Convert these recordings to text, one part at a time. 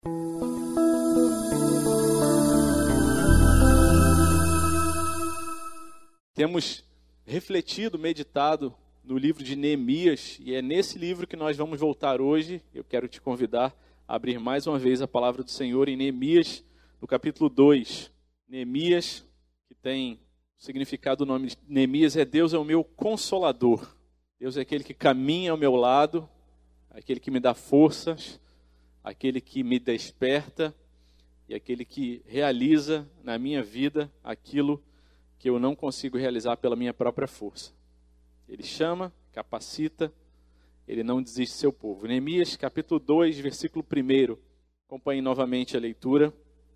Temos refletido, meditado no livro de Neemias, e é nesse livro que nós vamos voltar hoje. Eu quero te convidar a abrir mais uma vez a palavra do Senhor em Neemias, no capítulo 2. Neemias, que tem o significado do nome de Neemias, é Deus é o meu consolador. Deus é aquele que caminha ao meu lado, aquele que me dá forças, aquele que me desperta e aquele que realiza na minha vida aquilo que eu não consigo realizar pela minha própria força. Ele chama, capacita, ele não desiste do seu povo. Neemias, capítulo 2, versículo 1. Acompanhe novamente a leitura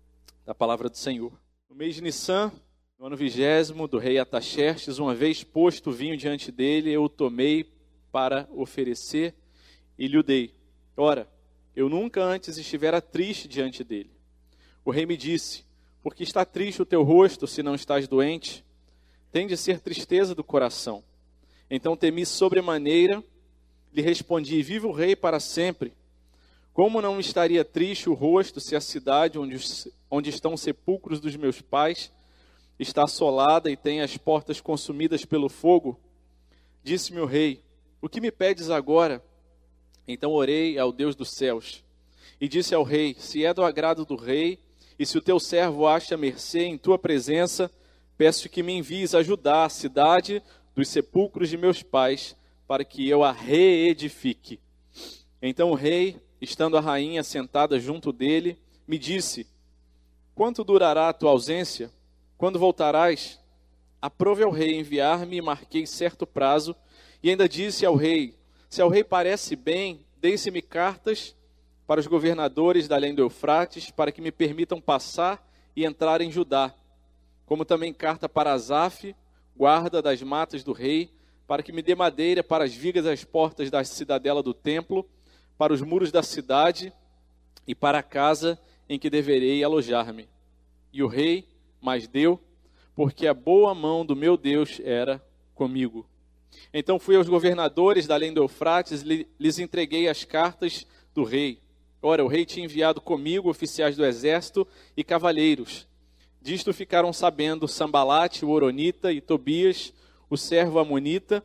da palavra do Senhor. No mês de Nissan, no ano 20º do rei Artaxerxes, uma vez posto o vinho diante dele, eu o tomei para oferecer e lhe o dei. Ora, eu nunca antes estivera triste diante dele. O rei me disse: por que está triste o teu rosto, se não estás doente? Tem de ser tristeza do coração. Então temi sobremaneira, lhe respondi: viva o rei para sempre. Como não estaria triste o rosto, se a cidade onde estão os sepulcros dos meus pais está assolada e tem as portas consumidas pelo fogo? Disse-me o rei: o que me pedes agora? Então orei ao Deus dos céus e disse ao rei: se é do agrado do rei, e se o teu servo acha mercê em tua presença, peço que me envies ajudar a cidade dos sepulcros de meus pais, para que eu a reedifique. Então o rei, estando a rainha sentada junto dele, me disse: quanto durará a tua ausência? Quando voltarás? Aprove ao rei enviar-me e marquei certo prazo, e ainda disse ao rei: se ao rei parece bem, deixe-me cartas para os governadores da além do Eufrates, para que me permitam passar e entrar em Judá, como também carta para Asaf, guarda das matas do rei, para que me dê madeira para as vigas das portas da cidadela do templo, para os muros da cidade e para a casa em que deverei alojar-me. E o rei mais deu, porque a boa mão do meu Deus era comigo. Então fui aos governadores da além do Eufrates, lhes entreguei as cartas do rei. Ora, o rei tinha enviado comigo oficiais do exército e cavalheiros. Disto ficaram sabendo Sambalate, o Horonita, e Tobias, o servo amonita,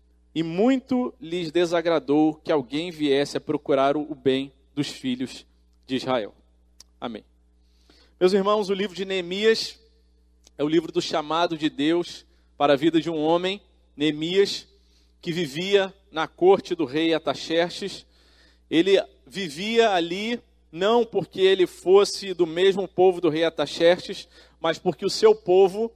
e muito lhes desagradou que alguém viesse a procurar o bem dos filhos de Israel. Amém. Meus irmãos, o livro de Neemias é o livro do chamado de Deus para a vida de um homem, Neemias, que vivia na corte do rei Artaxerxes. Ele vivia ali não porque ele fosse do mesmo povo do rei Artaxerxes, mas porque o seu povo,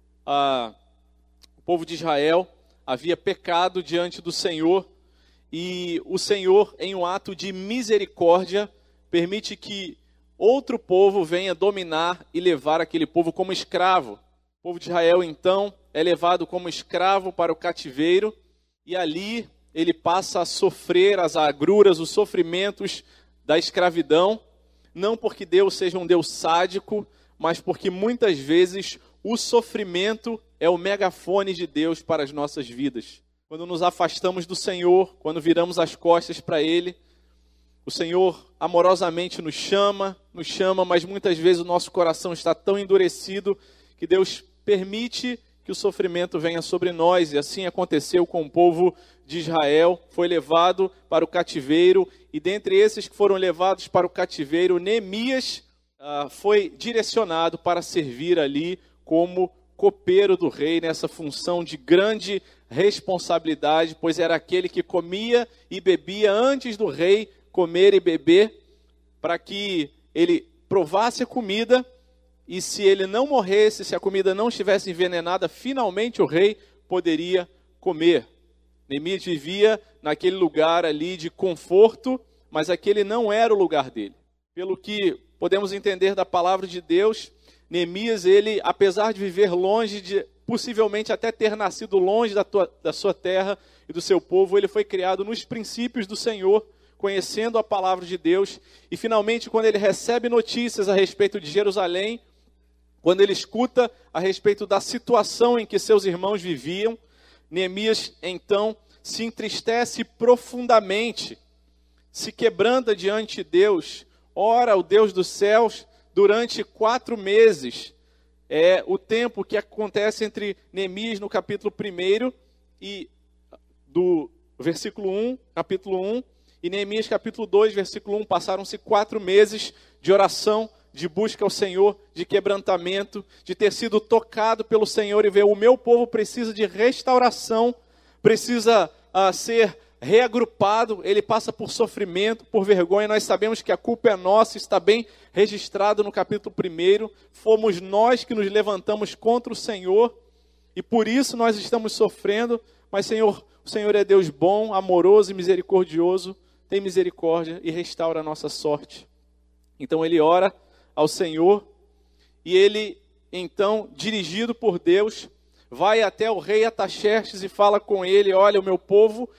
o povo de Israel, havia pecado diante do Senhor, e o Senhor, em um ato de misericórdia, permite que outro povo venha dominar e levar aquele povo como escravo. O povo de Israel, então, é levado como escravo para o cativeiro, e ali ele passa a sofrer as agruras, os sofrimentos da escravidão, não porque Deus seja um Deus sádico, mas porque muitas vezes o sofrimento é o megafone de Deus para as nossas vidas. Quando nos afastamos do Senhor, quando viramos as costas para Ele, o Senhor amorosamente nos chama, mas muitas vezes o nosso coração está tão endurecido que Deus permite que o sofrimento venha sobre nós, e assim aconteceu com o povo de Israel. Foi levado para o cativeiro, e dentre esses que foram levados para o cativeiro, Neemias foi direcionado para servir ali como copeiro do rei, nessa função de grande responsabilidade, pois era aquele que comia e bebia antes do rei comer e beber, para que ele provasse a comida, e se ele não morresse, se a comida não estivesse envenenada, finalmente o rei poderia comer. Neemias vivia naquele lugar ali de conforto, mas aquele não era o lugar dele. Pelo que podemos entender da palavra de Deus, Neemias, ele, apesar de viver longe, possivelmente até ter nascido longe da sua terra e do seu povo, ele foi criado nos princípios do Senhor, conhecendo a palavra de Deus, e finalmente quando ele recebe notícias a respeito de Jerusalém, quando ele escuta a respeito da situação em que seus irmãos viviam, Neemias então se entristece profundamente, se quebranta diante de Deus, ora ao Deus dos céus durante 4 meses. É o tempo que acontece entre Neemias no capítulo 1 e do versículo 1, capítulo 1, e Neemias capítulo 2, versículo 1, passaram-se 4 meses de oração, de busca ao Senhor, de quebrantamento, de ter sido tocado pelo Senhor e ver o meu povo precisa de restauração, precisa ser reagrupado, ele passa por sofrimento, por vergonha. Nós sabemos que a culpa é nossa, está bem registrado no capítulo 1, fomos nós que nos levantamos contra o Senhor, e por isso nós estamos sofrendo, mas Senhor, o Senhor é Deus bom, amoroso e misericordioso, tem misericórdia e restaura a nossa sorte. Então ele ora ao Senhor, e ele, então, dirigido por Deus, vai até o rei Ataxerxes e fala com ele: olha, o meu povo,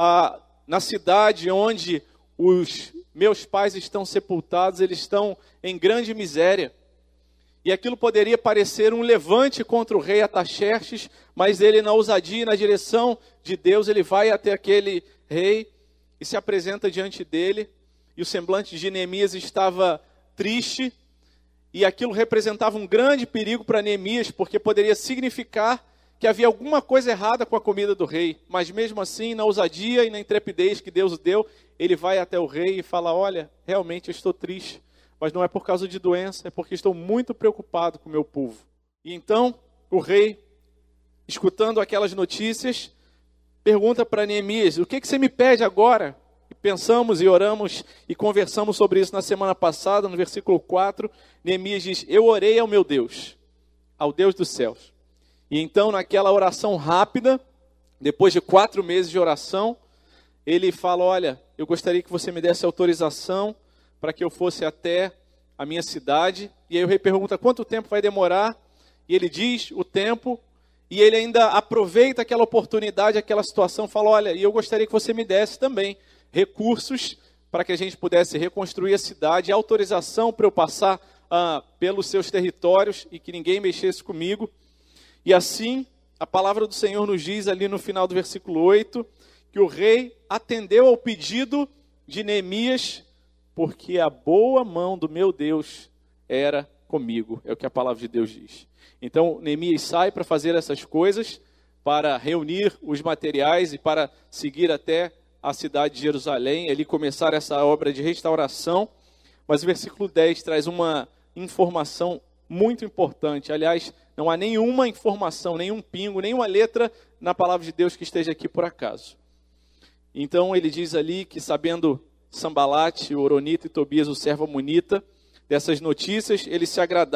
na cidade onde os meus pais estão sepultados, eles estão em grande miséria. E aquilo poderia parecer um levante contra o rei Ataxerxes, mas ele, na ousadia e na direção de Deus, ele vai até aquele rei e se apresenta diante dele, e o semblante de Neemias estava triste, e aquilo representava um grande perigo para Neemias, porque poderia significar que havia alguma coisa errada com a comida do rei. Mas mesmo assim, na ousadia e na intrepidez que Deus deu, ele vai até o rei e fala: olha, realmente eu estou triste, mas não é por causa de doença, é porque estou muito preocupado com o meu povo. E então, o rei, escutando aquelas notícias, pergunta para Neemias: o que você me pede agora? E pensamos e oramos e conversamos sobre isso na semana passada, no versículo 4, Neemias diz: eu orei ao meu Deus, ao Deus dos céus. E então, naquela oração rápida, depois de 4 meses de oração, ele fala: olha, eu gostaria que você me desse autorização para que eu fosse até a minha cidade. E aí o rei pergunta: quanto tempo vai demorar? E ele diz o tempo, e ele ainda aproveita aquela oportunidade, aquela situação, fala: olha, e eu gostaria que você me desse também recursos para que a gente pudesse reconstruir a cidade, autorização para eu passar pelos seus territórios e que ninguém mexesse comigo. E assim, a palavra do Senhor nos diz ali no final do versículo 8, que o rei atendeu ao pedido de Neemias, porque a boa mão do meu Deus era comigo, é o que a palavra de Deus diz. Então, Neemias sai para fazer essas coisas, para reunir os materiais e para seguir até a cidade de Jerusalém, ali começar essa obra de restauração. Mas o versículo 10 traz uma informação muito importante. Aliás, não há nenhuma informação, nenhum pingo, nenhuma letra na palavra de Deus que esteja aqui por acaso. Então ele diz ali que, sabendo Sambalate, o Oronita e Tobias, o servo amonita, dessas notícias, eles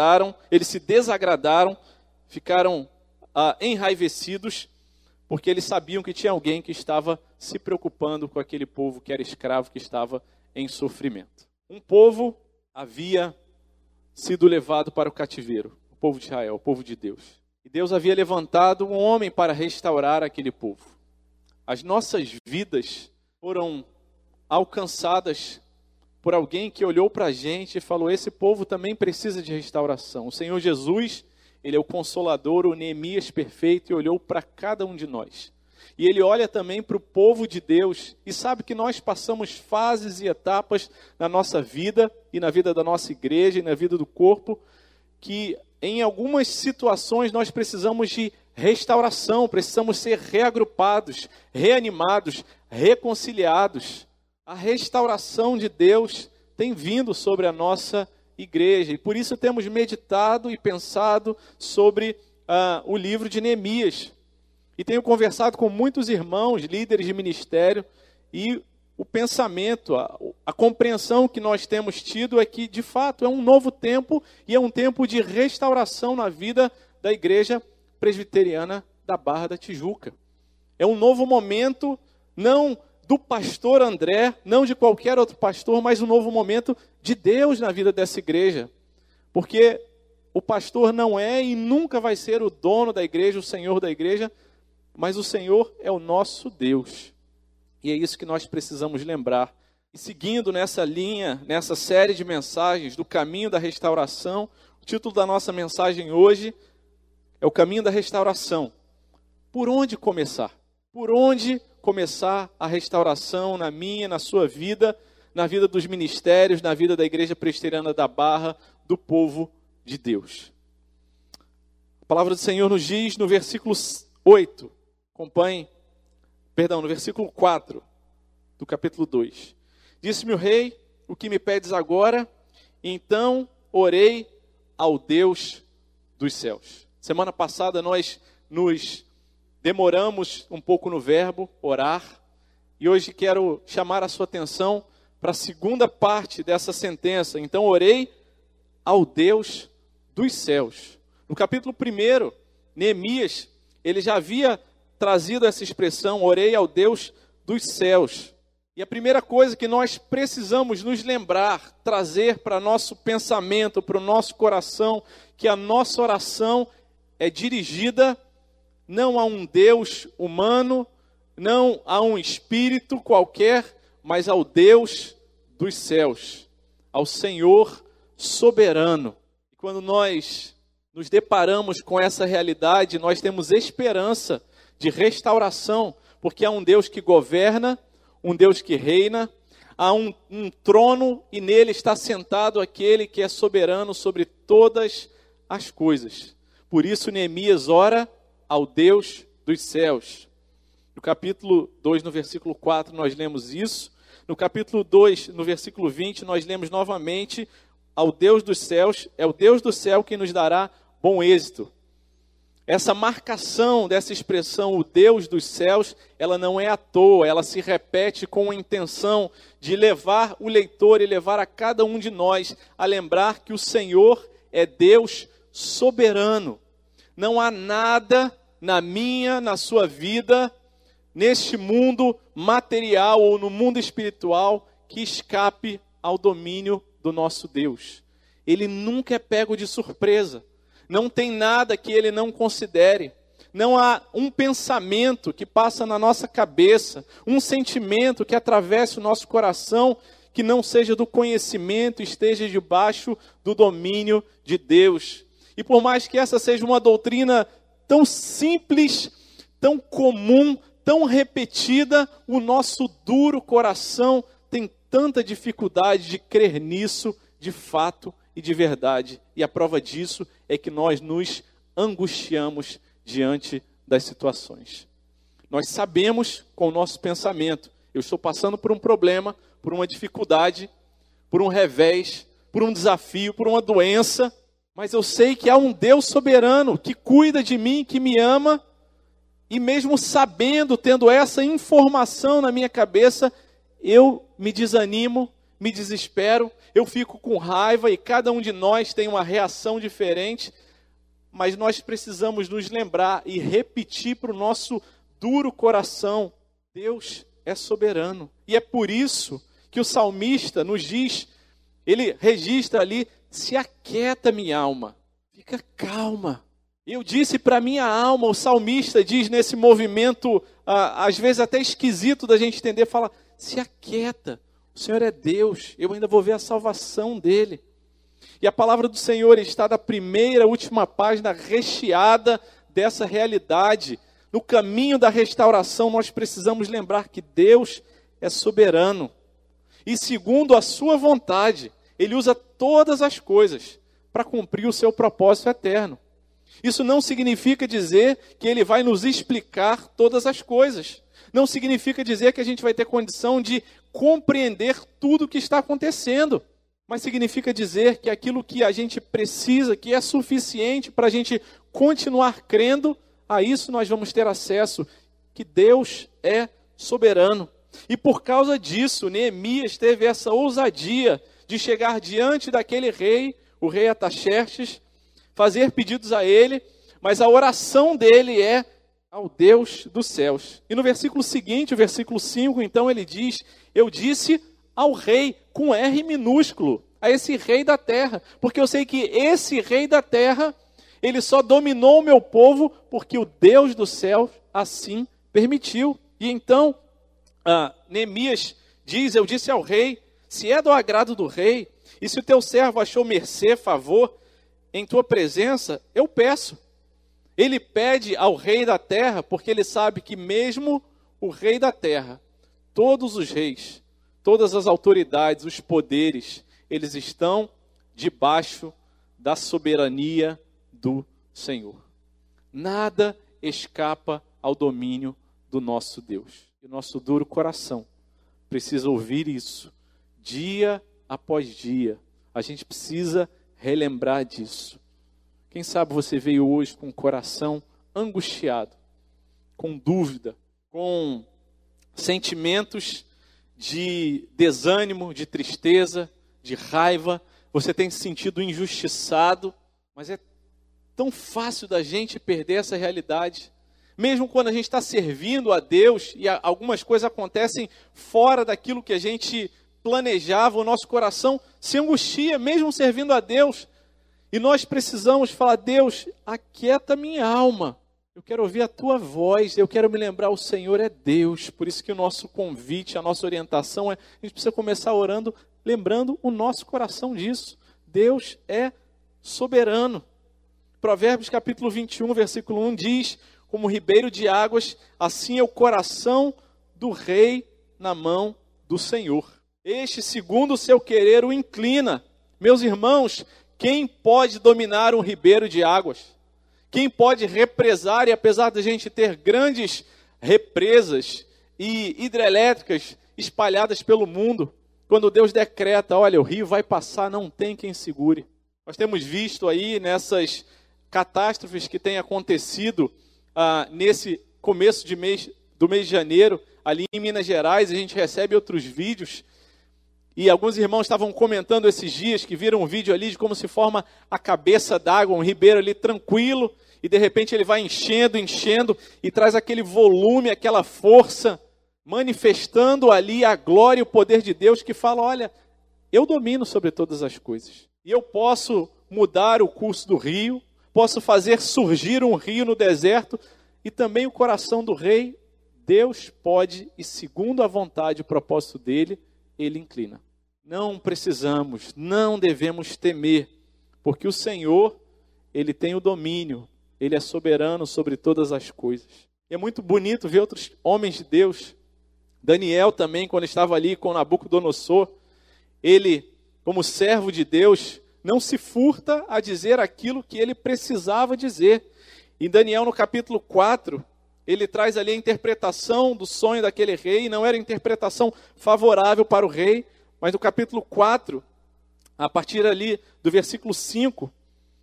se desagradaram, ficaram enraivecidos, porque eles sabiam que tinha alguém que estava se preocupando com aquele povo que era escravo, que estava em sofrimento. Um povo havia sido levado para o cativeiro, o povo de Israel, o povo de Deus. E Deus havia levantado um homem para restaurar aquele povo. As nossas vidas foram alcançadas por alguém que olhou para a gente e falou: esse povo também precisa de restauração. O Senhor Jesus, Ele é o Consolador, o Neemias perfeito, e olhou para cada um de nós. E Ele olha também para o povo de Deus e sabe que nós passamos fases e etapas na nossa vida e na vida da nossa igreja e na vida do corpo, que em algumas situações nós precisamos de restauração, precisamos ser reagrupados, reanimados, reconciliados. A restauração de Deus tem vindo sobre a nossa igreja, e por isso temos meditado e pensado sobre o livro de Neemias. E tenho conversado com muitos irmãos, líderes de ministério, e o pensamento, a compreensão que nós temos tido é que, de fato, é um novo tempo, e é um tempo de restauração na vida da igreja presbiteriana da Barra da Tijuca. É um novo momento, não do pastor André, não de qualquer outro pastor, mas um novo momento de Deus na vida dessa igreja. Porque o pastor não é e nunca vai ser o dono da igreja, o senhor da igreja, mas o Senhor é o nosso Deus. E é isso que nós precisamos lembrar. E seguindo nessa linha, nessa série de mensagens do caminho da restauração, o título da nossa mensagem hoje é o caminho da restauração. Por onde começar? Por onde começar a restauração na minha, na sua vida, na vida dos ministérios, na vida da Igreja Presbiteriana da Barra, do povo de Deus. A palavra do Senhor nos diz no versículo 8, no versículo 4 do capítulo 2. Disse-me o rei, o que me pedes agora? Então orei ao Deus dos céus. Semana passada nós nos demoramos um pouco no verbo orar, e hoje quero chamar a sua atenção para a segunda parte dessa sentença. Então orei ao Deus dos céus. No capítulo 1, Neemias, ele já havia trazido essa expressão, orei ao Deus dos céus. E a primeira coisa que nós precisamos nos lembrar, trazer para nosso pensamento, para o nosso coração, que a nossa oração é dirigida não a um Deus humano, não a um espírito qualquer, mas ao Deus dos céus, ao Senhor soberano. E quando nós nos deparamos com essa realidade, nós temos esperança de restauração, porque há um Deus que governa, um Deus que reina, há um trono e nele está sentado aquele que é soberano sobre todas as coisas. Por isso Neemias ora ao Deus dos céus. No capítulo 2, no versículo 4, nós lemos isso. No capítulo 2, no versículo 20, nós lemos novamente ao Deus dos céus. É o Deus do céu que nos dará bom êxito. Essa marcação dessa expressão, o Deus dos céus, ela não é à toa, ela se repete com a intenção de levar o leitor e levar a cada um de nós a lembrar que o Senhor é Deus soberano. Não há nada na sua vida, neste mundo material ou no mundo espiritual, que escape ao domínio do nosso Deus. Ele nunca é pego de surpresa. Não tem nada que ele não considere. Não há um pensamento que passa na nossa cabeça, um sentimento que atravesse o nosso coração, que não seja do conhecimento, esteja debaixo do domínio de Deus. E por mais que essa seja uma doutrina tão simples, tão comum, tão repetida, o nosso duro coração tem tanta dificuldade de crer nisso de fato e de verdade. E a prova disso é que nós nos angustiamos diante das situações. Nós sabemos com o nosso pensamento, eu estou passando por um problema, por uma dificuldade, por um revés, por um desafio, por uma doença, mas eu sei que há um Deus soberano que cuida de mim, que me ama, e mesmo sabendo, tendo essa informação na minha cabeça, eu me desanimo, me desespero, eu fico com raiva e cada um de nós tem uma reação diferente, mas nós precisamos nos lembrar e repetir para o nosso duro coração, Deus é soberano. E é por isso que o salmista nos diz, ele registra ali, se aquieta minha alma, fica calma. Eu disse para minha alma, o salmista diz nesse movimento, às vezes até esquisito da gente entender, fala, se aquieta, o Senhor é Deus, eu ainda vou ver a salvação dele. E a palavra do Senhor está da primeira à última página recheada dessa realidade. No caminho da restauração nós precisamos lembrar que Deus é soberano. E segundo a sua vontade, Ele usa todas as coisas para cumprir o seu propósito eterno. Isso não significa dizer que Ele vai nos explicar todas as coisas. Não significa dizer que a gente vai ter condição de compreender tudo o que está acontecendo. Mas significa dizer que aquilo que a gente precisa, que é suficiente para a gente continuar crendo, a isso nós vamos ter acesso, que Deus é soberano. E por causa disso, Neemias teve essa ousadia de chegar diante daquele rei, o rei Artaxerxes, fazer pedidos a ele, mas a oração dele é ao Deus dos céus. E no versículo seguinte, o versículo 5, então ele diz, eu disse ao rei, com R minúsculo, a esse rei da terra, porque eu sei que esse rei da terra, ele só dominou o meu povo, porque o Deus do céu assim permitiu. E então, Neemias diz, eu disse ao rei, se é do agrado do rei, e se o teu servo achou mercê, favor, em tua presença, eu peço. Ele pede ao rei da terra, porque ele sabe que mesmo o rei da terra, todos os reis, todas as autoridades, os poderes, eles estão debaixo da soberania do Senhor. Nada escapa ao domínio do nosso Deus. E o nosso duro coração precisa ouvir isso dia após dia. A gente precisa relembrar disso. Quem sabe você veio hoje com o coração angustiado, com dúvida, com sentimentos de desânimo, de tristeza, de raiva. Você tem se sentido injustiçado, mas é tão fácil da gente perder essa realidade. Mesmo quando a gente está servindo a Deus e algumas coisas acontecem fora daquilo que a gente planejava, o nosso coração se angustia, mesmo servindo a Deus. E nós precisamos falar: Deus, aquieta minha alma. Eu quero ouvir a tua voz, eu quero me lembrar, o Senhor é Deus. Por isso que o nosso convite, a nossa orientação é, a gente precisa começar orando, lembrando o nosso coração disso. Deus é soberano. Provérbios capítulo 21, versículo 1 diz: como ribeiro de águas, assim é o coração do rei na mão do Senhor. Este, segundo o seu querer, o inclina. Meus irmãos, quem pode dominar um ribeiro de águas? Quem pode represar? E apesar de a gente ter grandes represas e hidrelétricas espalhadas pelo mundo, quando Deus decreta, olha, o rio vai passar, não tem quem segure. Nós temos visto aí nessas catástrofes que têm acontecido nesse começo do mês de janeiro, ali em Minas Gerais, a gente recebe outros vídeos, e alguns irmãos estavam comentando esses dias que viram um vídeo ali de como se forma a cabeça d'água, um ribeiro ali tranquilo, e de repente ele vai enchendo, e traz aquele volume, aquela força, manifestando ali a glória e o poder de Deus, que fala, olha, eu domino sobre todas as coisas, e eu posso mudar o curso do rio, posso fazer surgir um rio no deserto, e também o coração do rei, Deus pode, e segundo a vontade e o propósito dele, ele inclina. Não precisamos, não devemos temer, porque o Senhor, ele tem o domínio, ele é soberano sobre todas as coisas. E é muito bonito ver outros homens de Deus. Daniel também, quando estava ali com Nabucodonosor, ele, como servo de Deus, não se furta a dizer aquilo que ele precisava dizer. Em Daniel, no capítulo 4, ele traz ali a interpretação do sonho daquele rei, não era interpretação favorável para o rei, mas no capítulo 4, a partir ali do versículo 5,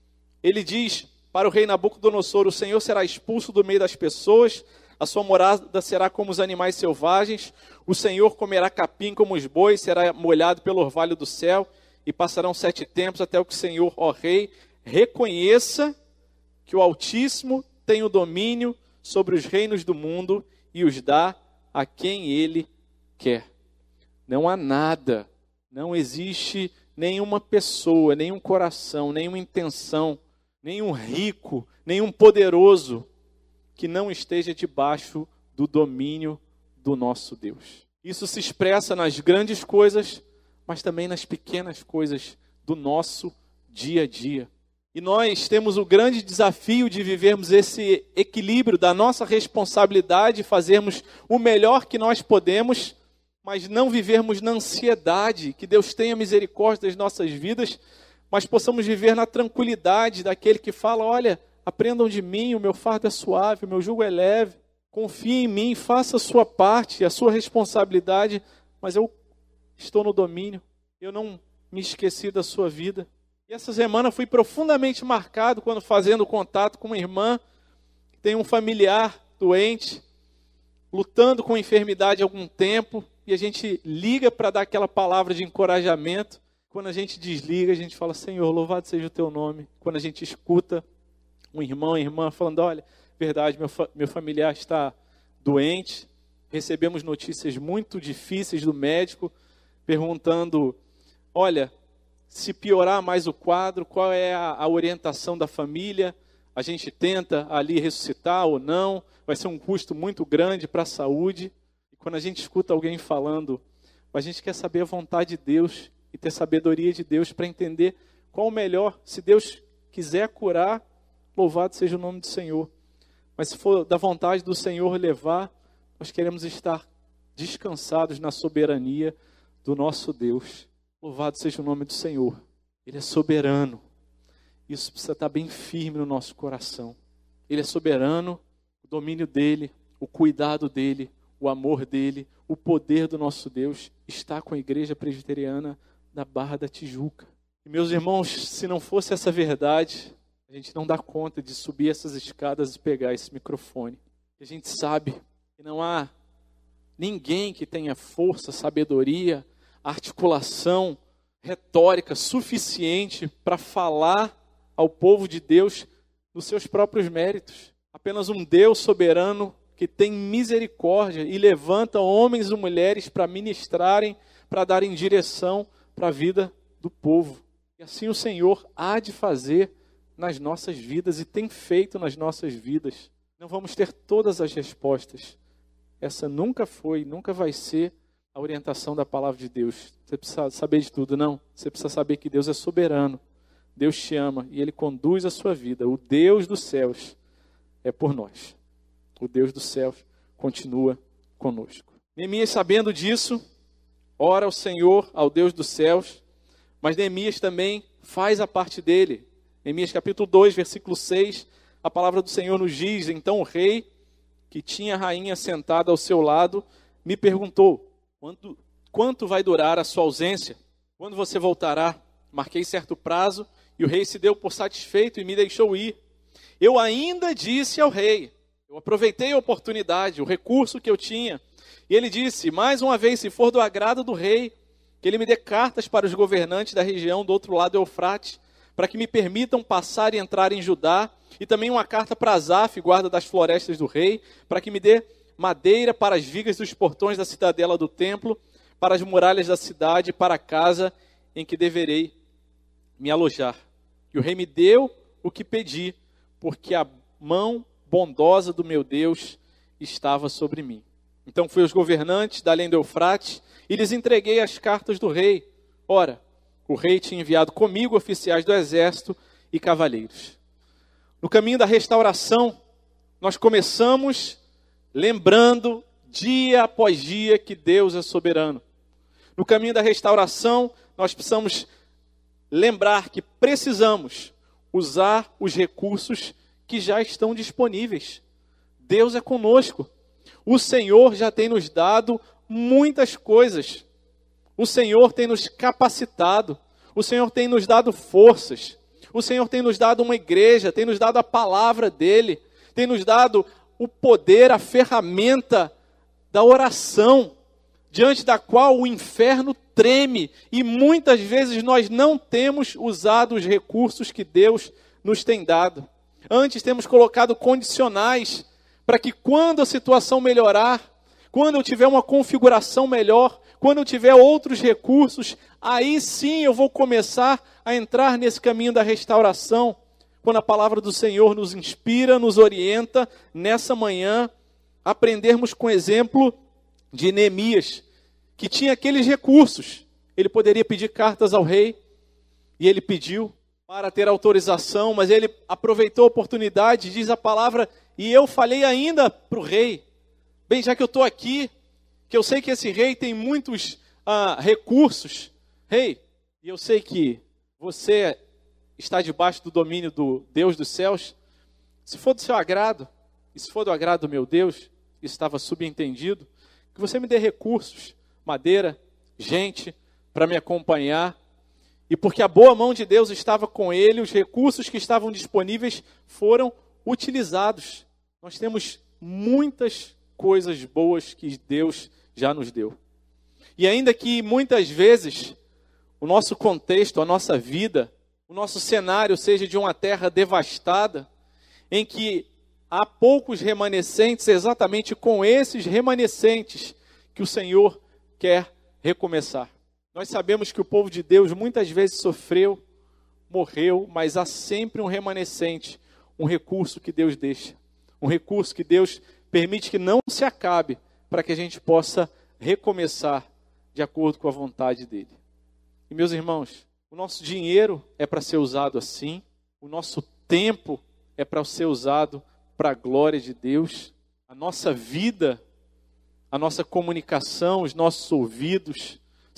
ele diz para o rei Nabucodonosor: o Senhor será expulso do meio das pessoas, a sua morada será como os animais selvagens, o Senhor comerá capim como os bois, será molhado pelo orvalho do céu, e passarão 7 tempos até que o Senhor, ó rei, reconheça que o Altíssimo tem o domínio sobre os reinos do mundo e os dá a quem ele quer. Não há nada, não existe nenhuma pessoa, nenhum coração, nenhuma intenção, nenhum rico, nenhum poderoso que não esteja debaixo do domínio do nosso Deus. Isso se expressa nas grandes coisas, mas também nas pequenas coisas do nosso dia a dia. E nós temos o grande desafio de vivermos esse equilíbrio da nossa responsabilidade, fazermos o melhor que nós podemos, mas não vivermos na ansiedade, que Deus tenha misericórdia das nossas vidas, mas possamos viver na tranquilidade daquele que fala, olha, aprendam de mim, o meu fardo é suave, o meu jugo é leve, confie em mim, faça a sua parte, a sua responsabilidade, mas eu estou no domínio, eu não me esqueci da sua vida. E essa semana fui profundamente marcado quando fazendo contato com uma irmã que tem um familiar doente, lutando com enfermidade há algum tempo, e a gente liga para dar aquela palavra de encorajamento. Quando a gente desliga, a gente fala, Senhor, louvado seja o teu nome. Quando a gente escuta um irmão e irmã falando, olha, verdade, meu familiar está doente, recebemos notícias muito difíceis do médico, perguntando, olha, se piorar mais o quadro, qual é a orientação da família? A gente tenta ali ressuscitar ou não? Vai ser um custo muito grande para a saúde. E quando a gente escuta alguém falando, a gente quer saber a vontade de Deus e ter sabedoria de Deus para entender qual o melhor. Se Deus quiser curar, louvado seja o nome do Senhor. Mas se for da vontade do Senhor levar, nós queremos estar descansados na soberania do nosso Deus. Louvado seja o nome do Senhor. Ele é soberano. Isso precisa estar bem firme no nosso coração. Ele é soberano, o domínio dele, o cuidado dele, o amor dele, o poder do nosso Deus está com a Igreja Presbiteriana da Barra da Tijuca. E meus irmãos, se não fosse essa verdade, a gente não dá conta de subir essas escadas e pegar esse microfone. A gente sabe que não há ninguém que tenha força, sabedoria, articulação, retórica suficiente para falar ao povo de Deus nos seus próprios méritos. Apenas um Deus soberano que tem misericórdia e levanta homens e mulheres para ministrarem, para darem direção para a vida do povo. E assim o Senhor há de fazer nas nossas vidas e tem feito nas nossas vidas. Não vamos ter todas as respostas. Essa nunca foi, nunca vai ser a orientação da palavra de Deus. Você precisa saber de tudo, não. Você precisa saber que Deus é soberano. Deus te ama e Ele conduz a sua vida. O Deus dos céus é por nós. O Deus dos céus continua conosco. Neemias, sabendo disso, ora ao Senhor, ao Deus dos céus, mas Neemias também faz a parte dele. Neemias capítulo 2, versículo 6, a palavra do Senhor nos diz: então o rei, que tinha a rainha sentada ao seu lado, me perguntou: quanto vai durar a sua ausência? Quando você voltará? Marquei certo prazo, e o rei se deu por satisfeito e me deixou ir. Eu ainda disse ao rei, eu aproveitei a oportunidade, o recurso que eu tinha, e ele disse: mais uma vez, se for do agrado do rei, que ele me dê cartas para os governantes da região do outro lado do Eufrates, para que me permitam passar e entrar em Judá, e também uma carta para Asaf, guarda das florestas do rei, para que me dê madeira para as vigas dos portões da cidadela do templo, para as muralhas da cidade, para a casa em que deverei me alojar. E o rei me deu o que pedi, porque a mão bondosa do meu Deus estava sobre mim. Então fui aos governantes da além do Eufrates e lhes entreguei as cartas do rei. Ora, o rei tinha enviado comigo oficiais do exército e cavaleiros. No caminho da restauração, nós começamos lembrando dia após dia que Deus é soberano. No caminho da restauração, nós precisamos lembrar que precisamos usar os recursos que já estão disponíveis. Deus é conosco. O Senhor já tem nos dado muitas coisas. O Senhor tem nos capacitado. O Senhor tem nos dado forças. O Senhor tem nos dado uma igreja, tem nos dado a palavra dEle, tem nos dado o poder, a ferramenta da oração, diante da qual o inferno treme. E muitas vezes nós não temos usado os recursos que Deus nos tem dado. Antes temos colocado condicionais para que quando a situação melhorar, quando eu tiver uma configuração melhor, quando eu tiver outros recursos, aí sim eu vou começar a entrar nesse caminho da restauração. Quando a palavra do Senhor nos inspira, nos orienta, nessa manhã, aprendermos com o exemplo de Neemias, que tinha aqueles recursos. Ele poderia pedir cartas ao rei, e ele pediu para ter autorização, mas ele aproveitou a oportunidade, diz a palavra, e eu falei ainda para o rei: bem, já que eu estou aqui, que eu sei que esse rei tem muitos recursos, rei, e eu sei que você está debaixo do domínio do Deus dos céus, se for do seu agrado, e se for do agrado do meu Deus, isso estava subentendido, que você me dê recursos, madeira, gente, para me acompanhar, e porque a boa mão de Deus estava com ele, os recursos que estavam disponíveis foram utilizados. Nós temos muitas coisas boas que Deus já nos deu. E ainda que muitas vezes o nosso contexto, a nossa vida, o nosso cenário seja de uma terra devastada, em que há poucos remanescentes, exatamente com esses remanescentes que o Senhor quer recomeçar. Nós sabemos que o povo de Deus muitas vezes sofreu, morreu, mas há sempre um remanescente, um recurso que Deus deixa, um recurso que Deus permite que não se acabe, para que a gente possa recomeçar de acordo com a vontade dEle. E meus irmãos, o nosso dinheiro é para ser usado assim, o nosso tempo é para ser usado para a glória de Deus, a nossa vida, a nossa comunicação, os nossos ouvidos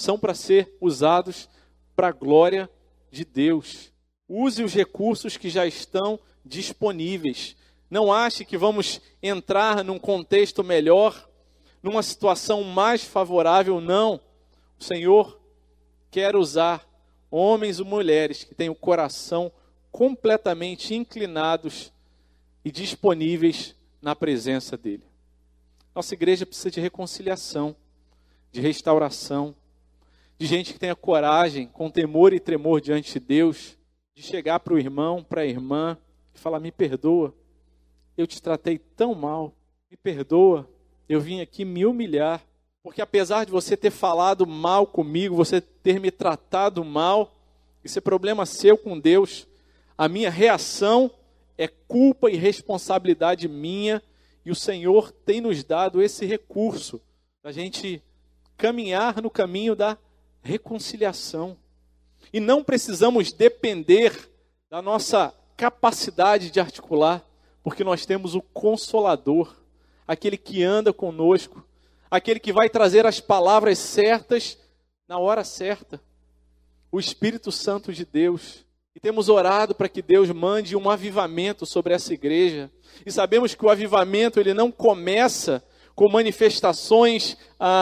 são para ser usados para a glória de Deus. Use os recursos que já estão disponíveis. Não ache que vamos entrar num contexto melhor, numa situação mais favorável, não. O Senhor quer usar homens e mulheres que têm o coração completamente inclinados e disponíveis na presença dEle. Nossa igreja precisa de reconciliação, de restauração, de gente que tenha coragem, com temor e tremor diante de Deus, de chegar para o irmão, para a irmã, e falar: me perdoa, eu te tratei tão mal, me perdoa, eu vim aqui me humilhar, porque apesar de você ter falado mal comigo, você ter me tratado mal, isso é problema seu com Deus, a minha reação é culpa e responsabilidade minha, e o Senhor tem nos dado esse recurso, da gente caminhar no caminho da reconciliação. E não precisamos depender da nossa capacidade de articular, porque nós temos o Consolador, aquele que anda conosco, aquele que vai trazer as palavras certas na hora certa, o Espírito Santo de Deus. E temos orado para que Deus mande um avivamento sobre essa igreja. E sabemos que o avivamento ele não começa com manifestações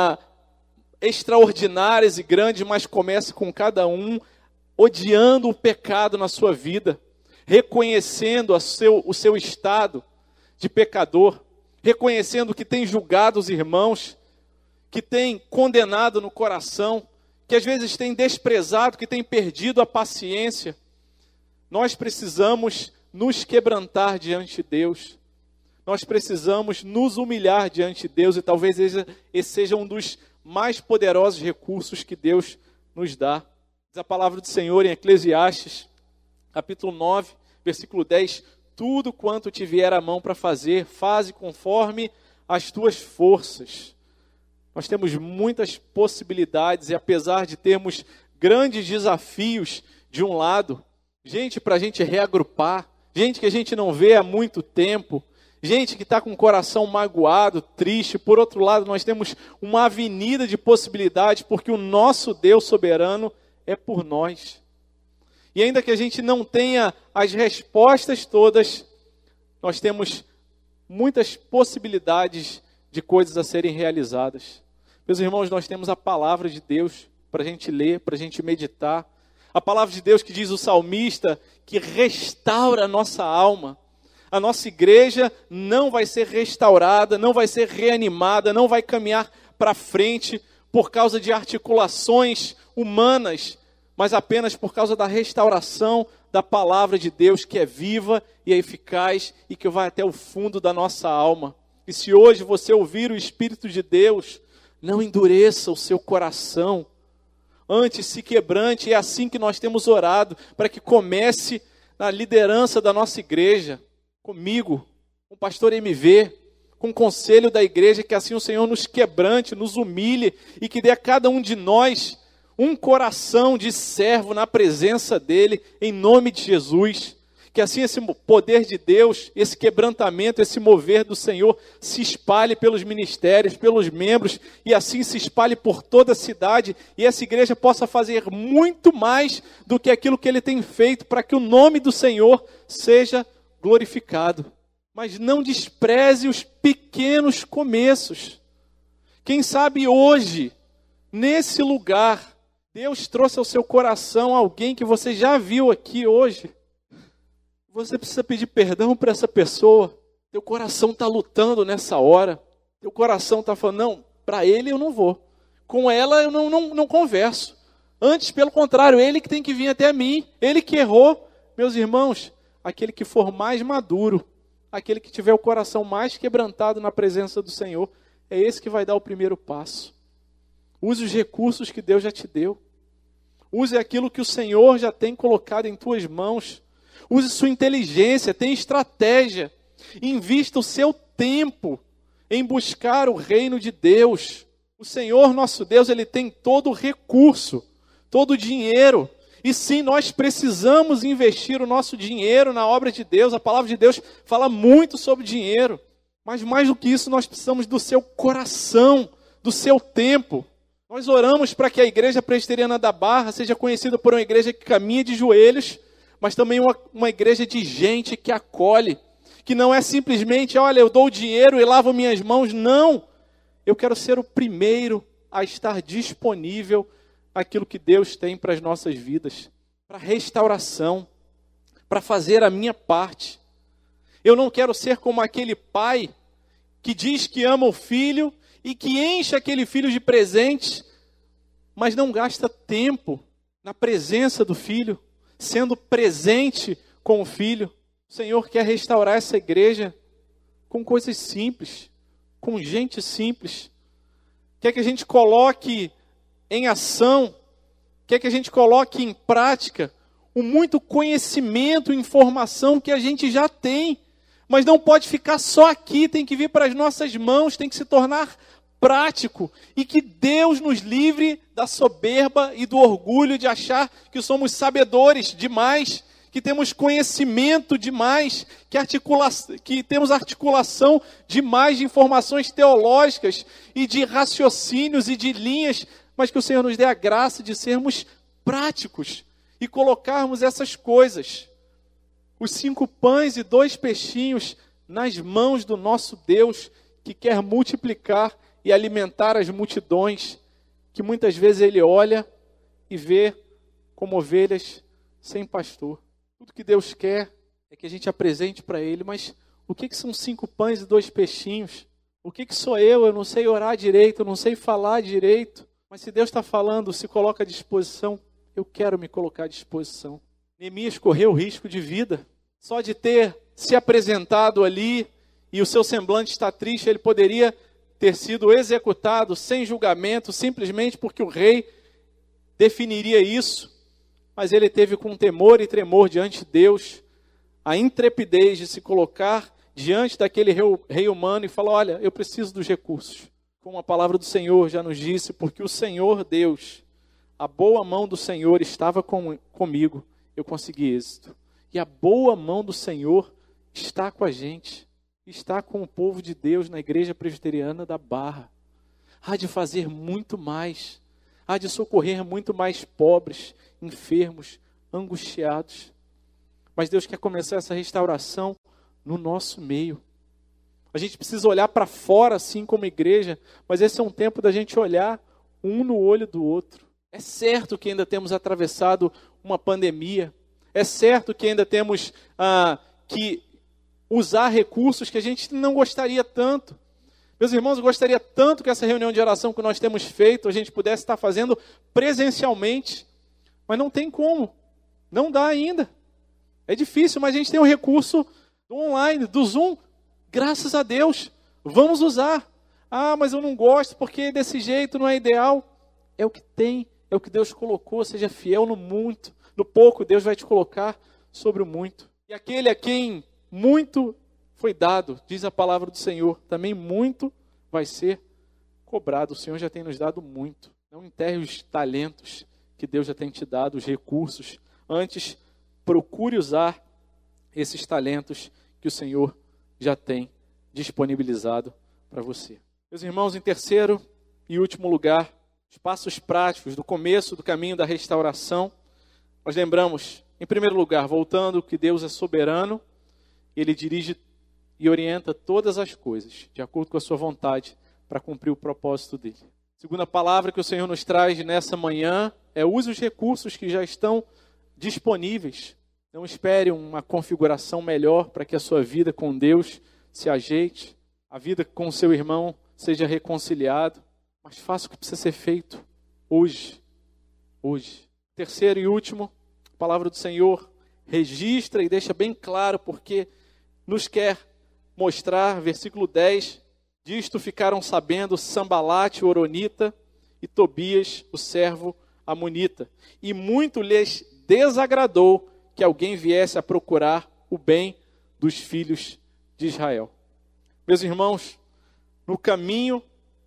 extraordinárias e grandes, mas começa com cada um odiando o pecado na sua vida, reconhecendo o seu estado de pecador, reconhecendo que tem julgado os irmãos, que tem condenado no coração, que às vezes tem desprezado, que tem perdido a paciência. Nós precisamos nos quebrantar diante de Deus. Nós precisamos nos humilhar diante de Deus, e talvez esse seja um dos mais poderosos recursos que Deus nos dá. Diz a palavra do Senhor em Eclesiastes, capítulo 9, versículo 10, tudo quanto te vier à mão para fazer, faze conforme as tuas forças. Nós temos muitas possibilidades, e apesar de termos grandes desafios de um lado, gente para a gente reagrupar, gente que a gente não vê há muito tempo, gente que está com o coração magoado, triste. Por outro lado, nós temos uma avenida de possibilidades, porque o nosso Deus soberano é por nós. E ainda que a gente não tenha as respostas todas, nós temos muitas possibilidades de coisas a serem realizadas. Meus irmãos, nós temos a palavra de Deus para a gente ler, para a gente meditar. A palavra de Deus que diz o salmista, que restaura a nossa alma. A nossa igreja não vai ser restaurada, não vai ser reanimada, não vai caminhar para frente por causa de articulações humanas, mas apenas por causa da restauração da palavra de Deus, que é viva e é eficaz e que vai até o fundo da nossa alma. E se hoje você ouvir o Espírito de Deus, não endureça o seu coração, antes se quebrante. É assim que nós temos orado, para que comece na liderança da nossa igreja, comigo, com o pastor MV, com o conselho da igreja, que assim o Senhor nos quebrante, nos humilhe e que dê a cada um de nós um coração de servo na presença dEle, em nome de Jesus. Que assim esse poder de Deus, esse quebrantamento, esse mover do Senhor se espalhe pelos ministérios, pelos membros, e assim se espalhe por toda a cidade, e essa igreja possa fazer muito mais do que aquilo que Ele tem feito, para que o nome do Senhor seja glorificado. Mas não despreze os pequenos começos. Quem sabe hoje, nesse lugar, Deus trouxe ao seu coração alguém que você já viu aqui hoje. Você precisa pedir perdão para essa pessoa. Teu coração está lutando nessa hora. Teu coração está falando, não, para ele eu não vou. Com ela eu não converso. Antes, pelo contrário, ele que tem que vir até mim. Ele que errou. Meus irmãos, aquele que for mais maduro, aquele que tiver o coração mais quebrantado na presença do Senhor, é esse que vai dar o primeiro passo. Use os recursos que Deus já te deu. Use aquilo que o Senhor já tem colocado em tuas mãos. Use sua inteligência, tenha estratégia. Invista o seu tempo em buscar o reino de Deus. O Senhor nosso Deus, Ele tem todo o recurso, todo o dinheiro. E sim, nós precisamos investir o nosso dinheiro na obra de Deus. A palavra de Deus fala muito sobre dinheiro. Mas mais do que isso, nós precisamos do seu coração, do seu tempo. Nós oramos para que a Igreja Presbiteriana da Barra seja conhecida por uma igreja que caminha de joelhos, mas também uma igreja de gente que acolhe, que não é simplesmente, olha, eu dou o dinheiro e lavo minhas mãos. Não! Eu quero ser o primeiro a estar disponível àquilo que Deus tem para as nossas vidas, para restauração, para fazer a minha parte. Eu não quero ser como aquele pai que diz que ama o filho e que enche aquele filho de presentes, mas não gasta tempo na presença do filho, sendo presente com o filho. O Senhor quer restaurar essa igreja com coisas simples, com gente simples. Quer que a gente coloque em ação, quer que a gente coloque em prática o muito conhecimento e informação que a gente já tem. Mas não pode ficar só aqui, tem que vir para as nossas mãos, tem que se tornar prático. E que Deus nos livre da soberba e do orgulho de achar que somos sabedores demais, que temos conhecimento demais, que temos articulação demais de informações teológicas e de raciocínios e de linhas, mas que o Senhor nos dê a graça de sermos práticos e colocarmos essas coisas, os 5 pães e 2 peixinhos, nas mãos do nosso Deus, que quer multiplicar e alimentar as multidões, que muitas vezes Ele olha e vê como ovelhas sem pastor. Tudo que Deus quer é que a gente apresente para Ele, mas o que são 5 pães e 2 peixinhos? O que sou eu? Eu não sei orar direito, eu não sei falar direito. Mas se Deus está falando, se coloca à disposição, eu quero me colocar à disposição. Neemias correu risco de vida. Só de ter se apresentado ali e o seu semblante está triste, ele poderia ter sido executado sem julgamento, simplesmente porque o rei definiria isso. Mas ele teve com temor e tremor diante de Deus a intrepidez de se colocar diante daquele rei humano e falar, olha, eu preciso dos recursos. Como a palavra do Senhor já nos disse, porque o Senhor Deus, a boa mão do Senhor estava comigo, eu consegui êxito. E a boa mão do Senhor está com a gente, está com o povo de Deus na Igreja Presbiteriana da Barra. Há de fazer muito mais, há de socorrer muito mais pobres, enfermos, angustiados. Mas Deus quer começar essa restauração no nosso meio. A gente precisa olhar para fora assim como igreja, mas esse é um tempo da gente olhar um no olho do outro. É certo que ainda temos atravessado uma pandemia, é certo que ainda temos que usar recursos que a gente não gostaria tanto. Meus irmãos, eu gostaria tanto que essa reunião de oração que nós temos feito, a gente pudesse estar fazendo presencialmente, mas não tem como, não dá ainda. É difícil, mas a gente tem o recurso do online, do Zoom, graças a Deus, vamos usar. Ah, mas eu não gosto porque desse jeito não é ideal. É o que tem, é o que Deus colocou, seja fiel no muito. No pouco, Deus vai te colocar sobre o muito. E aquele a quem muito foi dado, diz a palavra do Senhor, também muito vai ser cobrado. O Senhor já tem nos dado muito. Não enterre os talentos que Deus já tem te dado, os recursos. Antes, procure usar esses talentos que o Senhor já tem disponibilizado para você. Meus irmãos, em terceiro e último lugar, os passos práticos do começo do caminho da restauração. Nós lembramos, em primeiro lugar, voltando que Deus é soberano, Ele dirige e orienta todas as coisas, de acordo com a sua vontade, para cumprir o propósito dEle. Segunda palavra que o Senhor nos traz nessa manhã é use os recursos que já estão disponíveis. Não espere uma configuração melhor para que a sua vida com Deus se ajeite, a vida com o seu irmão seja reconciliado, mas faça o que precisa ser feito hoje. Hoje. Terceiro e último, a palavra do Senhor registra e deixa bem claro porque nos quer mostrar, versículo 10, disto ficaram sabendo Sambalate, o horonita, e Tobias, o servo amonita. E muito lhes desagradou que alguém viesse a procurar o bem dos filhos de Israel. Meus irmãos, no caminho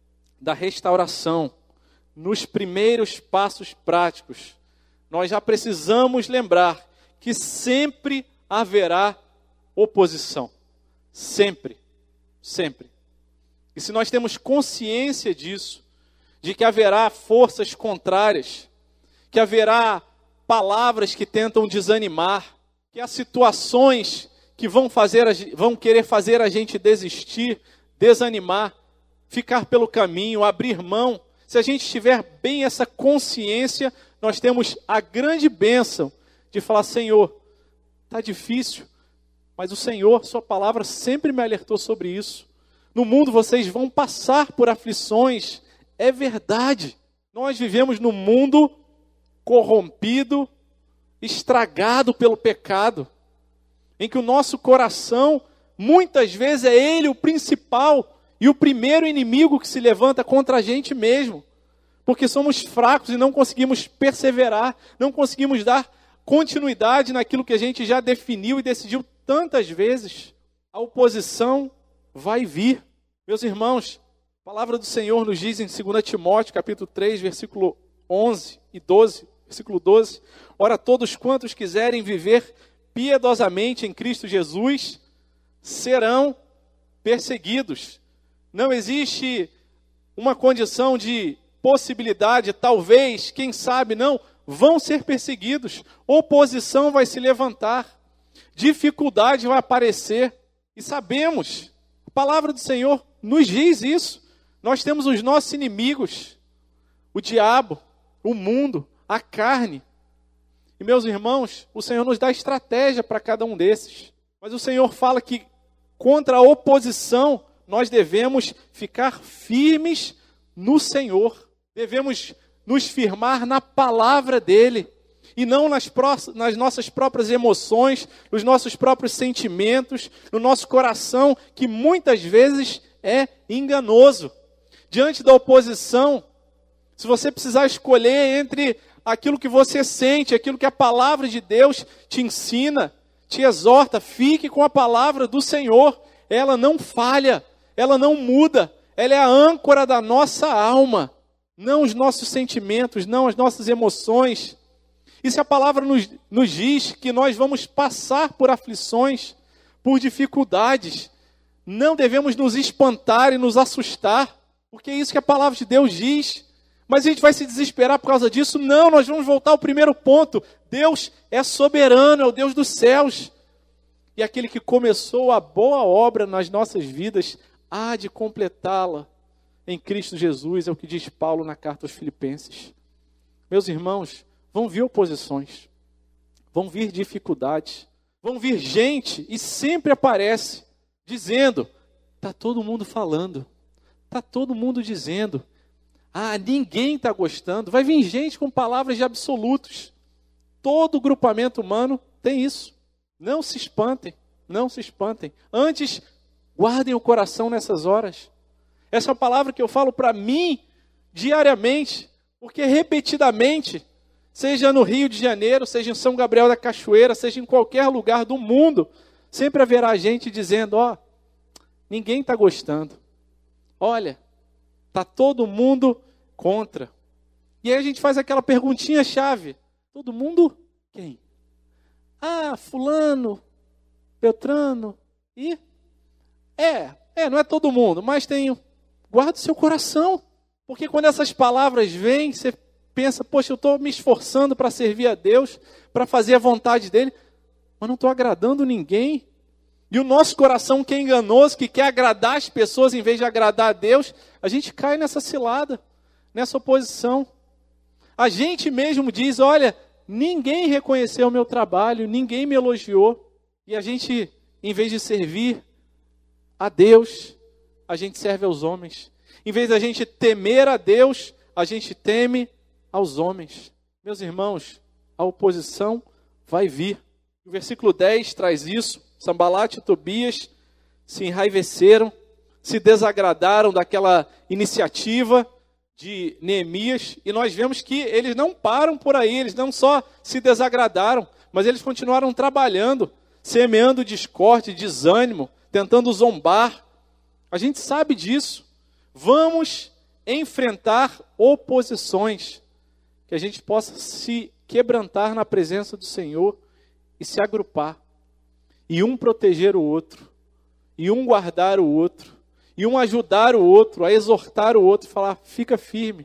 da restauração, nos primeiros passos práticos, nós já precisamos lembrar que sempre haverá oposição. Sempre. Sempre. E se nós temos consciência disso, de que haverá forças contrárias, que haverá palavras que tentam desanimar, que há situações que vão querer fazer a gente desistir, desanimar, ficar pelo caminho, abrir mão. Se a gente tiver bem essa consciência, nós temos a grande bênção de falar: Senhor, está difícil, mas o Senhor, sua palavra sempre me alertou sobre isso. No mundo vocês vão passar por aflições, é verdade. Nós vivemos num mundo corrompido, estragado pelo pecado, em que o nosso coração, muitas vezes é ele o principal e o primeiro inimigo que se levanta contra a gente mesmo, porque somos fracos e não conseguimos perseverar, não conseguimos dar continuidade naquilo que a gente já definiu e decidiu tantas vezes. A oposição vai vir. Meus irmãos, a palavra do Senhor nos diz em 2 Timóteo, capítulo 3, versículo 11 e 12, versículo 12, ora, todos quantos quiserem viver piedosamente em Cristo Jesus, serão perseguidos. Não existe uma condição de possibilidade, talvez, quem sabe, não, vão ser perseguidos. Oposição vai se levantar, dificuldade vai aparecer, e sabemos, a palavra do Senhor nos diz isso. Nós temos os nossos inimigos, o diabo, o mundo, a carne. E meus irmãos, o Senhor nos dá estratégia para cada um desses. Mas o Senhor fala que contra a oposição nós devemos ficar firmes no Senhor. Devemos nos firmar na palavra dEle. E não nas nossas próprias emoções, nos nossos próprios sentimentos, no nosso coração, que muitas vezes é enganoso. Diante da oposição, se você precisar escolher entre aquilo que você sente, aquilo que a palavra de Deus te ensina, te exorta, fique com a palavra do Senhor. Ela não falha, ela não muda, ela é a âncora da nossa alma, não os nossos sentimentos, não as nossas emoções. E se a palavra nos diz que nós vamos passar por aflições, por dificuldades, não devemos nos espantar e nos assustar, porque é isso que a palavra de Deus diz. Mas a gente vai se desesperar por causa disso? Não, nós vamos voltar ao primeiro ponto. Deus é soberano, é o Deus dos céus. E aquele que começou a boa obra nas nossas vidas, há de completá-la em Cristo Jesus, é o que diz Paulo na carta aos Filipenses. Meus irmãos, vão vir oposições, vão vir dificuldades, vão vir gente, e sempre aparece, dizendo, está todo mundo falando, está todo mundo dizendo, ninguém está gostando. Vai vir gente com palavras de absolutos. Todo grupamento humano tem isso. Não se espantem, não se espantem. Antes, guardem o coração nessas horas. Essa é uma palavra que eu falo para mim diariamente, porque repetidamente, seja no Rio de Janeiro, seja em São Gabriel da Cachoeira, seja em qualquer lugar do mundo, sempre haverá gente dizendo, ninguém está gostando. Olha, está todo mundo contra. E aí a gente faz aquela perguntinha chave. Todo mundo quem? Fulano, Beltrano. E? Não é todo mundo, mas guarda o seu coração. Porque quando essas palavras vêm, você pensa, poxa, eu estou me esforçando para servir a Deus, para fazer a vontade dEle, mas não estou agradando ninguém. E o nosso coração, que é enganoso, que quer agradar as pessoas em vez de agradar a Deus, a gente cai nessa cilada, nessa oposição. A gente mesmo diz, olha, ninguém reconheceu o meu trabalho, ninguém me elogiou. E a gente, em vez de servir a Deus, a gente serve aos homens. Em vez da gente temer a Deus, a gente teme aos homens. Meus irmãos, a oposição vai vir. O versículo 10 traz isso. Sambalate e Tobias se enraiveceram, se desagradaram daquela iniciativa de Neemias, e nós vemos que eles não param por aí, eles não só se desagradaram, mas eles continuaram trabalhando, semeando discórdia, desânimo, tentando zombar. A gente sabe disso. Vamos enfrentar oposições, que a gente possa se quebrantar na presença do Senhor e se agrupar. E um proteger o outro, e um guardar o outro, e um ajudar o outro, a exortar o outro, e falar, fica firme,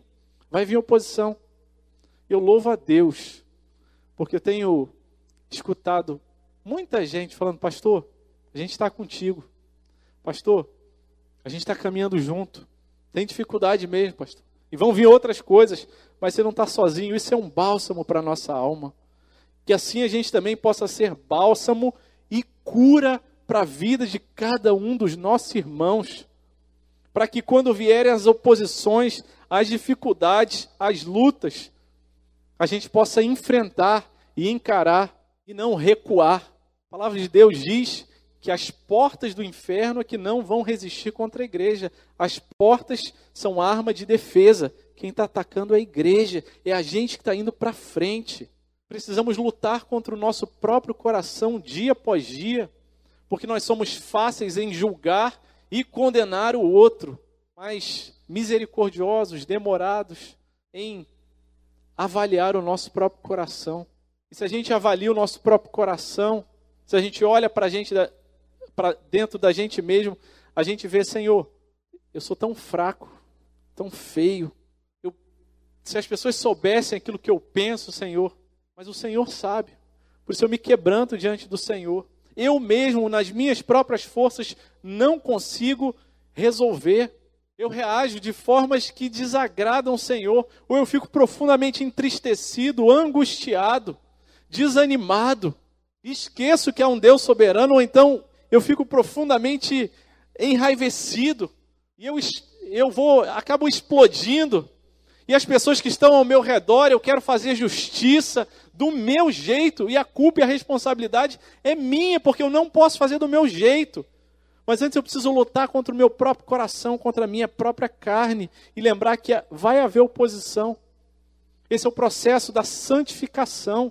Vai vir oposição. Eu louvo a Deus, porque eu tenho escutado muita gente falando, pastor, a gente está contigo. Pastor, a gente está caminhando junto. Tem dificuldade mesmo, pastor. E vão vir outras coisas, mas você não está sozinho. Isso é um bálsamo para a nossa alma. Que assim a gente também possa ser bálsamo e cura para a vida de cada um dos nossos irmãos. Para que quando vierem as oposições, as dificuldades, as lutas, a gente possa enfrentar e encarar e não recuar. A palavra de Deus diz que as portas do inferno é que não vão resistir contra a igreja. As portas são arma de defesa. Quem está atacando é a igreja, é a gente que está indo para frente. Precisamos lutar contra o nosso próprio coração dia após dia, porque nós somos fáceis em julgar e condenar o outro, mas misericordiosos, demorados em avaliar o nosso próprio coração. E se a gente avalia o nosso próprio coração, se a gente olha para dentro da gente mesmo, a gente vê, Senhor, eu sou tão fraco, tão feio. Se as pessoas soubessem aquilo que eu penso, Senhor, mas o Senhor sabe. Por isso eu me quebranto diante do Senhor. Eu mesmo, nas minhas próprias forças, não consigo resolver. Eu reajo de formas que desagradam o Senhor, ou eu fico profundamente entristecido, angustiado, desanimado, esqueço que há um Deus soberano, ou então eu fico profundamente enraivecido, e acabo explodindo, e as pessoas que estão ao meu redor, eu quero fazer justiça do meu jeito, e a culpa e a responsabilidade é minha, porque eu não posso fazer do meu jeito. Mas antes eu preciso lutar contra o meu próprio coração, contra a minha própria carne, e lembrar que vai haver oposição. Esse é o processo da santificação.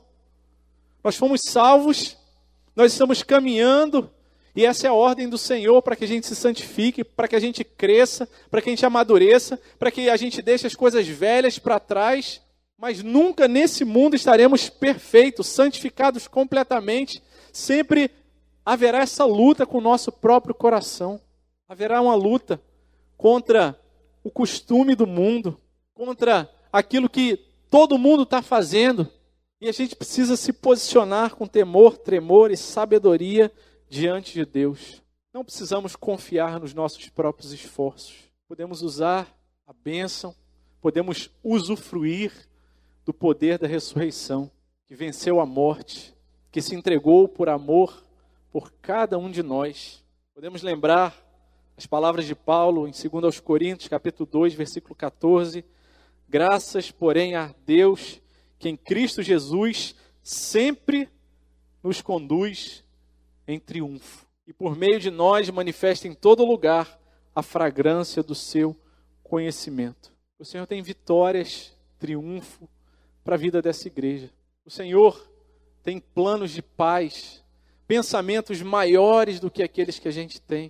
Nós fomos salvos, nós estamos caminhando, e essa é a ordem do Senhor para que a gente se santifique, para que a gente cresça, para que a gente amadureça, para que a gente deixe as coisas velhas para trás, mas nunca nesse mundo estaremos perfeitos, santificados completamente. Sempre haverá essa luta com o nosso próprio coração. Haverá uma luta contra o costume do mundo, contra aquilo que todo mundo está fazendo. E a gente precisa se posicionar com temor, tremor e sabedoria diante de Deus. Não precisamos confiar nos nossos próprios esforços. Podemos usar a bênção, podemos usufruir do poder da ressurreição, que venceu a morte, que se entregou por amor por cada um de nós. Podemos lembrar as palavras de Paulo em 2 Coríntios, capítulo 2, versículo 14. Graças, porém, a Deus, que em Cristo Jesus sempre nos conduz em triunfo. E por meio de nós manifesta em todo lugar a fragrância do seu conhecimento. O Senhor tem vitórias, triunfo para a vida dessa igreja. O Senhor tem planos de paz, pensamentos maiores do que aqueles que a gente tem.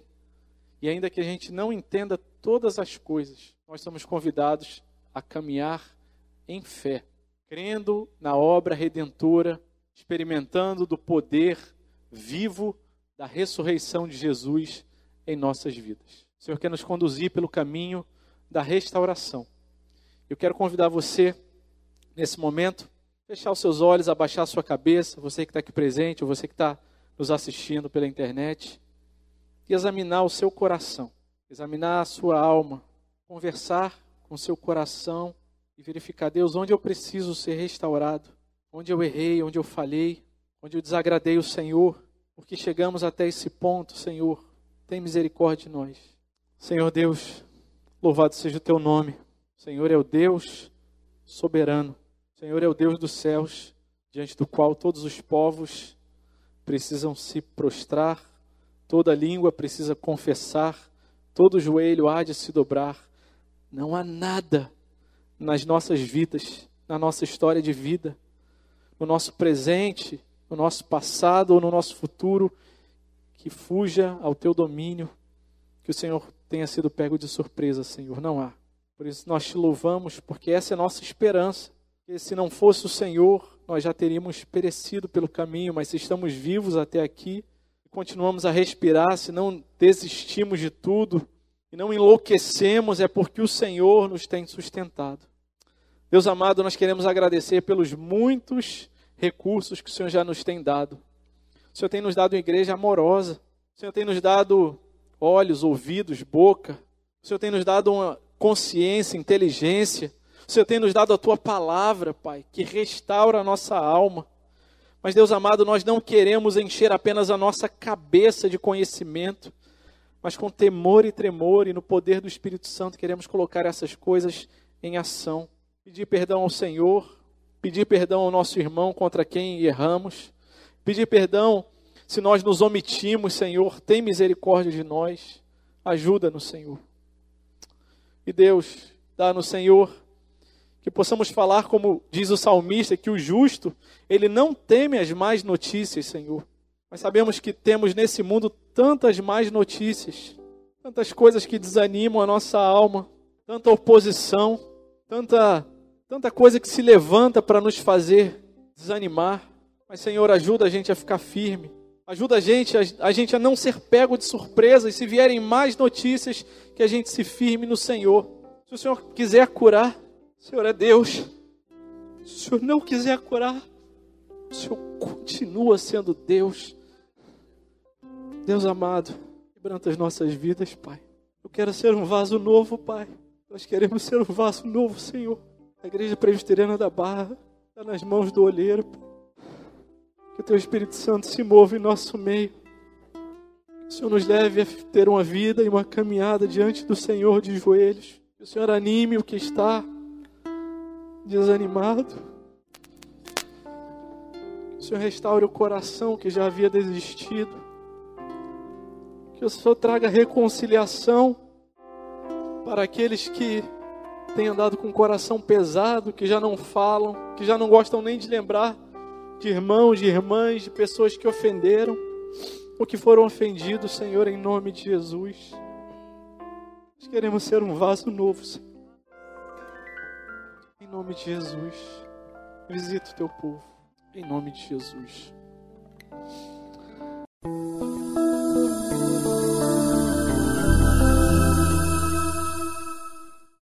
E ainda que a gente não entenda todas as coisas, nós somos convidados a caminhar em fé, crendo na obra redentora, experimentando do poder vivo da ressurreição de Jesus em nossas vidas. O Senhor quer nos conduzir pelo caminho da restauração. Eu quero convidar você, nesse momento, a fechar os seus olhos, abaixar a sua cabeça, você que está aqui presente, ou você que está nos assistindo pela internet, e examinar o seu coração, examinar a sua alma, conversar com o seu coração e verificar, Deus, onde eu preciso ser restaurado, onde eu errei, onde eu falhei, onde eu desagradei o Senhor, porque chegamos até esse ponto, Senhor, tem misericórdia de nós. Senhor Deus, louvado seja o teu nome. O Senhor é o Deus soberano. O Senhor é o Deus dos céus, diante do qual todos os povos precisam se prostrar, toda língua precisa confessar, todo joelho há de se dobrar. Não há nada nas nossas vidas, na nossa história de vida, no nosso presente, no nosso passado ou no nosso futuro, que fuja ao teu domínio, que o Senhor tenha sido pego de surpresa, Senhor. Não há. Por isso nós te louvamos, porque essa é a nossa esperança. Porque se não fosse o Senhor, nós já teríamos perecido pelo caminho, mas se estamos vivos até aqui, e continuamos a respirar, se não desistimos de tudo, e não enlouquecemos, é porque o Senhor nos tem sustentado. Deus amado, nós queremos agradecer pelos muitos recursos que o Senhor já nos tem dado. O Senhor tem nos dado uma igreja amorosa. O Senhor tem nos dado olhos, ouvidos, boca. O Senhor tem nos dado uma consciência, inteligência. O Senhor tem nos dado a Tua palavra, Pai, que restaura a nossa alma. Mas, Deus amado, nós não queremos encher apenas a nossa cabeça de conhecimento, mas com temor e tremor e no poder do Espírito Santo queremos colocar essas coisas em ação. Pedir perdão ao Senhor, pedir perdão ao nosso irmão contra quem erramos, pedir perdão se nós nos omitimos, Senhor, tem misericórdia de nós, ajuda-nos, Senhor. E Deus, dá-nos, Senhor, que possamos falar como diz o salmista, que o justo, ele não teme as más notícias, Senhor. Mas sabemos que temos nesse mundo tantas más notícias, tantas coisas que desanimam a nossa alma, tanta oposição, tanta coisa que se levanta para nos fazer desanimar. Mas, Senhor, ajuda a gente a ficar firme. Ajuda a gente a não ser pego de surpresa. E se vierem mais notícias, que a gente se firme no Senhor. Se o Senhor quiser curar, o Senhor é Deus. Se o Senhor não quiser curar, o Senhor continua sendo Deus. Deus amado, quebranta as nossas vidas, Pai. Eu quero ser um vaso novo, Pai. Nós queremos ser um vaso novo, Senhor. A Igreja Presbiteriana da Barra está nas mãos do olheiro, Pai. Que o Teu Espírito Santo se mova em nosso meio. Que o Senhor nos leve a ter uma vida e uma caminhada diante do Senhor de joelhos. Que o Senhor anime o que está desanimado. Que o Senhor restaure o coração que já havia desistido. Que o Senhor traga reconciliação para aqueles que têm andado com o coração pesado, que já não falam, que já não gostam nem de lembrar de irmãos, de irmãs, de pessoas que ofenderam ou que foram ofendidos, Senhor, em nome de Jesus. Nós queremos ser um vaso novo, Senhor. Em nome de Jesus, visita o Teu povo. Em nome de Jesus.